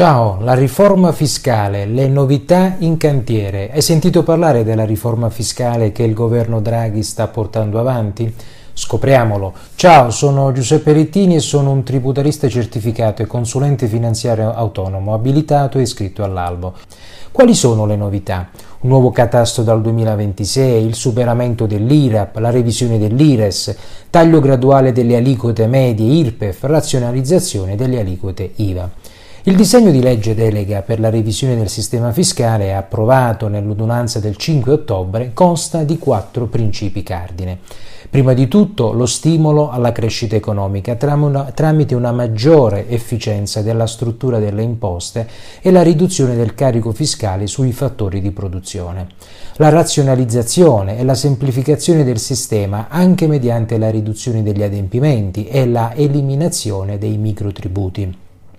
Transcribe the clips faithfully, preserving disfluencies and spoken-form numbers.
Ciao, la riforma fiscale, le novità in cantiere. Hai sentito parlare della riforma fiscale che il governo Draghi sta portando avanti? Scopriamolo. Ciao, sono Giuseppe Rittini e sono un tributarista certificato e consulente finanziario autonomo, abilitato e iscritto all'albo. Quali sono le novità? Un nuovo catasto dal duemilaventisei, il superamento dell'I R A P, la revisione dell'I R E S, taglio graduale delle aliquote medie I R P E F, razionalizzazione delle aliquote I V A. Il disegno di legge delega per la revisione del sistema fiscale, approvato nell'ordinanza del cinque ottobre, consta di quattro principi cardine. Prima di tutto lo stimolo alla crescita economica tramite una maggiore efficienza della struttura delle imposte e la riduzione del carico fiscale sui fattori di produzione. La razionalizzazione e la semplificazione del sistema anche mediante la riduzione degli adempimenti e la eliminazione dei microtributi.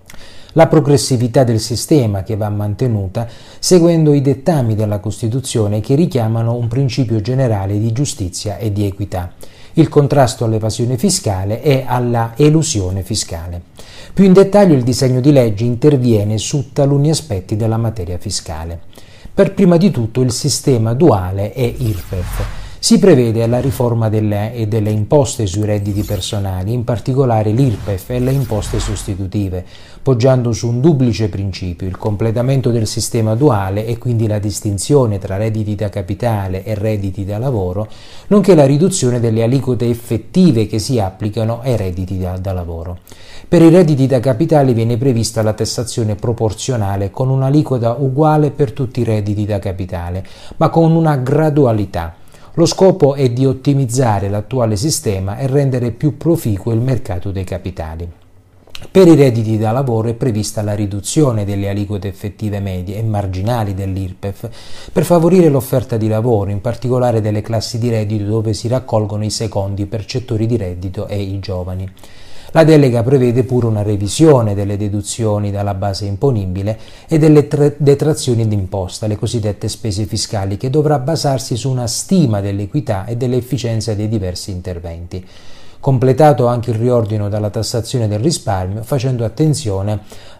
La progressività del sistema che va mantenuta seguendo i dettami della Costituzione che richiamano un principio generale di giustizia e di equità, il contrasto all'evasione fiscale e alla elusione fiscale. Più in dettaglio il disegno di legge interviene su taluni aspetti della materia fiscale. Per prima di tutto il sistema duale e I R P E F. Si prevede la riforma delle, delle imposte sui redditi personali, in particolare l'I R P E F e le imposte sostitutive, poggiando su un duplice principio, il completamento del sistema duale e quindi la distinzione tra redditi da capitale e redditi da lavoro, nonché la riduzione delle aliquote effettive che si applicano ai redditi da, da lavoro. Per i redditi da capitale viene prevista la tassazione proporzionale con un'aliquota uguale per tutti i redditi da capitale, ma con una gradualità. Lo scopo è di ottimizzare l'attuale sistema e rendere più proficuo il mercato dei capitali. Per i redditi da lavoro è prevista la riduzione delle aliquote effettive medie e marginali dell'I R P E F per favorire l'offerta di lavoro, in particolare delle classi di reddito dove si raccolgono i secondi percettori di reddito e i giovani. La delega prevede pure una revisione delle deduzioni dalla base imponibile e delle detrazioni d'imposta, le cosiddette spese fiscali, che dovrà basarsi su una stima dell'equità e dell'efficienza dei diversi interventi. Completato anche il riordino della tassazione del risparmio, facendo attenzione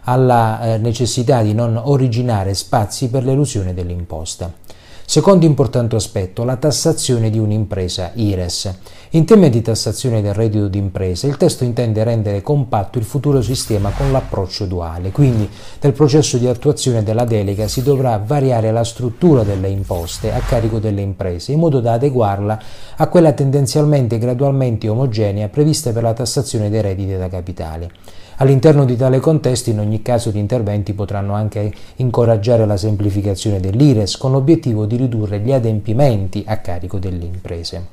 alla necessità di non originare spazi per l'elusione dell'imposta. Secondo importante aspetto, la tassazione di un'impresa I R E S. In tema di tassazione del reddito d'impresa, il testo intende rendere compatto il futuro sistema con l'approccio duale, quindi nel processo di attuazione della delega si dovrà variare la struttura delle imposte a carico delle imprese, in modo da adeguarla a quella tendenzialmente e gradualmente omogenea prevista per la tassazione dei redditi da capitale. All'interno di tale contesto, in ogni caso, gli interventi potranno anche incoraggiare la semplificazione dell'I R E S con l'obiettivo di ridurre gli adempimenti a carico delle imprese.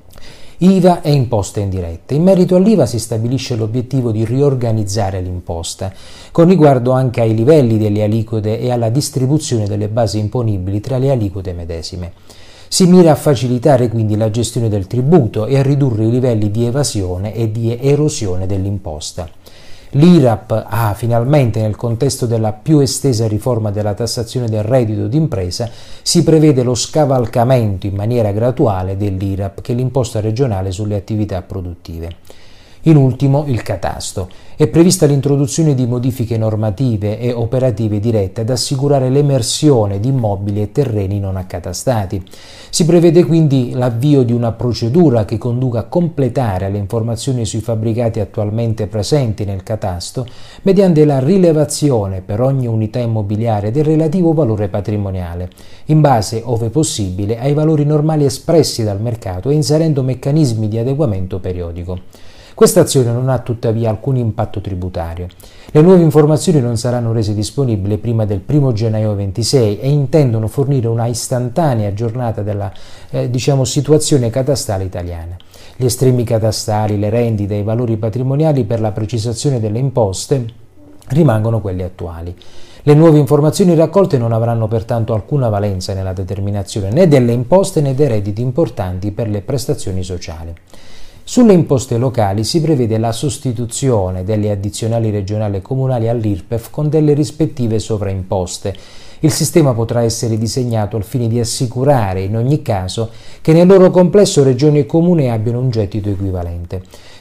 I V A e imposte indirette. In merito all'I V A si stabilisce l'obiettivo di riorganizzare l'imposta, con riguardo anche ai livelli delle aliquote e alla distribuzione delle basi imponibili tra le aliquote medesime. Si mira a facilitare quindi la gestione del tributo e a ridurre i livelli di evasione e di erosione dell'imposta. L'I R A P ha finalmente, nel contesto della più estesa riforma della tassazione del reddito d'impresa, si prevede lo scavalcamento in maniera graduale dell'I R A P, che è l'imposta regionale sulle attività produttive. In ultimo, il catasto. È prevista l'introduzione di modifiche normative e operative dirette ad assicurare l'emersione di immobili e terreni non accatastati. Si prevede quindi l'avvio di una procedura che conduca a completare le informazioni sui fabbricati attualmente presenti nel catasto mediante la rilevazione per ogni unità immobiliare del relativo valore patrimoniale, in base, ove possibile, ai valori normali espressi dal mercato e inserendo meccanismi di adeguamento periodico. Questa azione non ha tuttavia alcun impatto tributario. Le nuove informazioni non saranno rese disponibili prima del primo gennaio ventisei e intendono fornire una istantanea aggiornata della eh, diciamo, situazione catastale italiana. Gli estremi catastali, le rendite e i valori patrimoniali per la precisazione delle imposte rimangono quelli attuali. Le nuove informazioni raccolte non avranno pertanto alcuna valenza nella determinazione né delle imposte né dei redditi importanti per le prestazioni sociali. Sulle imposte locali si prevede la sostituzione delle addizionali regionali e comunali all'I R P E F con delle rispettive sovraimposte. Il sistema potrà essere disegnato al fine di assicurare, in ogni caso, che nel loro complesso regioni e comuni abbiano un gettito equivalente.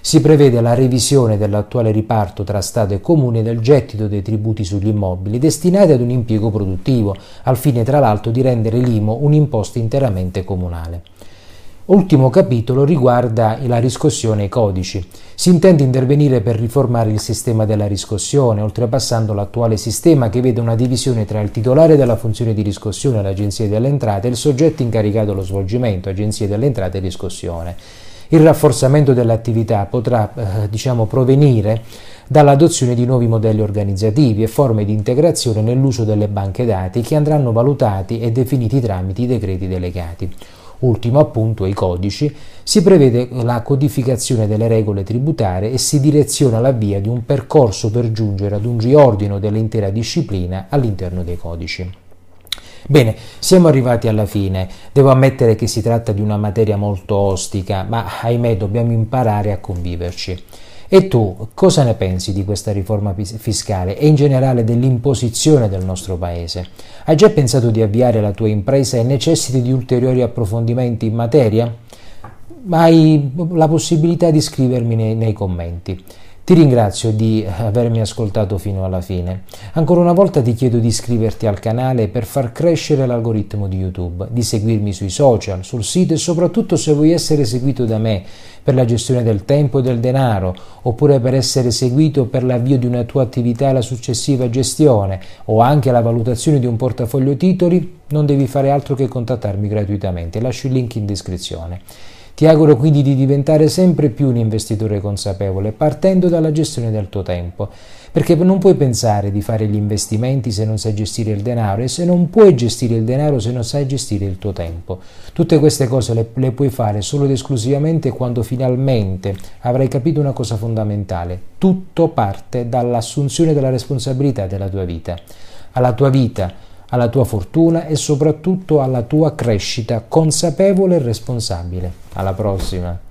Si prevede la revisione dell'attuale riparto tra Stato e Comune del gettito dei tributi sugli immobili destinati ad un impiego produttivo, al fine tra l'altro di rendere l'I M U un'imposta interamente comunale. Ultimo capitolo riguarda la riscossione e i codici. Si intende intervenire per riformare il sistema della riscossione, oltrepassando l'attuale sistema che vede una divisione tra il titolare della funzione di riscossione, l'Agenzia delle Entrate, e il soggetto incaricato dello svolgimento, Agenzia delle Entrate e riscossione. Il rafforzamento dell'attività potrà eh, diciamo, provenire dall'adozione di nuovi modelli organizzativi e forme di integrazione nell'uso delle banche dati che andranno valutati e definiti tramite i decreti delegati. Ultimo appunto, i codici. Si prevede la codificazione delle regole tributarie e si direziona l'avvio di un percorso per giungere ad un riordino dell'intera disciplina all'interno dei codici. Bene, siamo arrivati alla fine. Devo ammettere che si tratta di una materia molto ostica, ma ahimè dobbiamo imparare a conviverci. E tu, cosa ne pensi di questa riforma fiscale e in generale dell'imposizione del nostro Paese? Hai già pensato di avviare la tua impresa e necessiti di ulteriori approfondimenti in materia? Hai la possibilità di scrivermi nei, nei commenti. Ti ringrazio di avermi ascoltato fino alla fine. Ancora una volta ti chiedo di iscriverti al canale per far crescere l'algoritmo di YouTube, di seguirmi sui social, sul sito e soprattutto se vuoi essere seguito da me per la gestione del tempo e del denaro, oppure per essere seguito per l'avvio di una tua attività e la successiva gestione, o anche la valutazione di un portafoglio titoli, non devi fare altro che contattarmi gratuitamente. Lascio il link in descrizione. Ti auguro quindi di diventare sempre più un investitore consapevole, partendo dalla gestione del tuo tempo, perché non puoi pensare di fare gli investimenti se non sai gestire il denaro e se non puoi gestire il denaro se non sai gestire il tuo tempo. Tutte queste cose le, le puoi fare solo ed esclusivamente quando finalmente avrai capito una cosa fondamentale: tutto parte dall'assunzione della responsabilità della tua vita. Alla tua vita, alla tua fortuna e soprattutto alla tua crescita consapevole e responsabile. Alla prossima!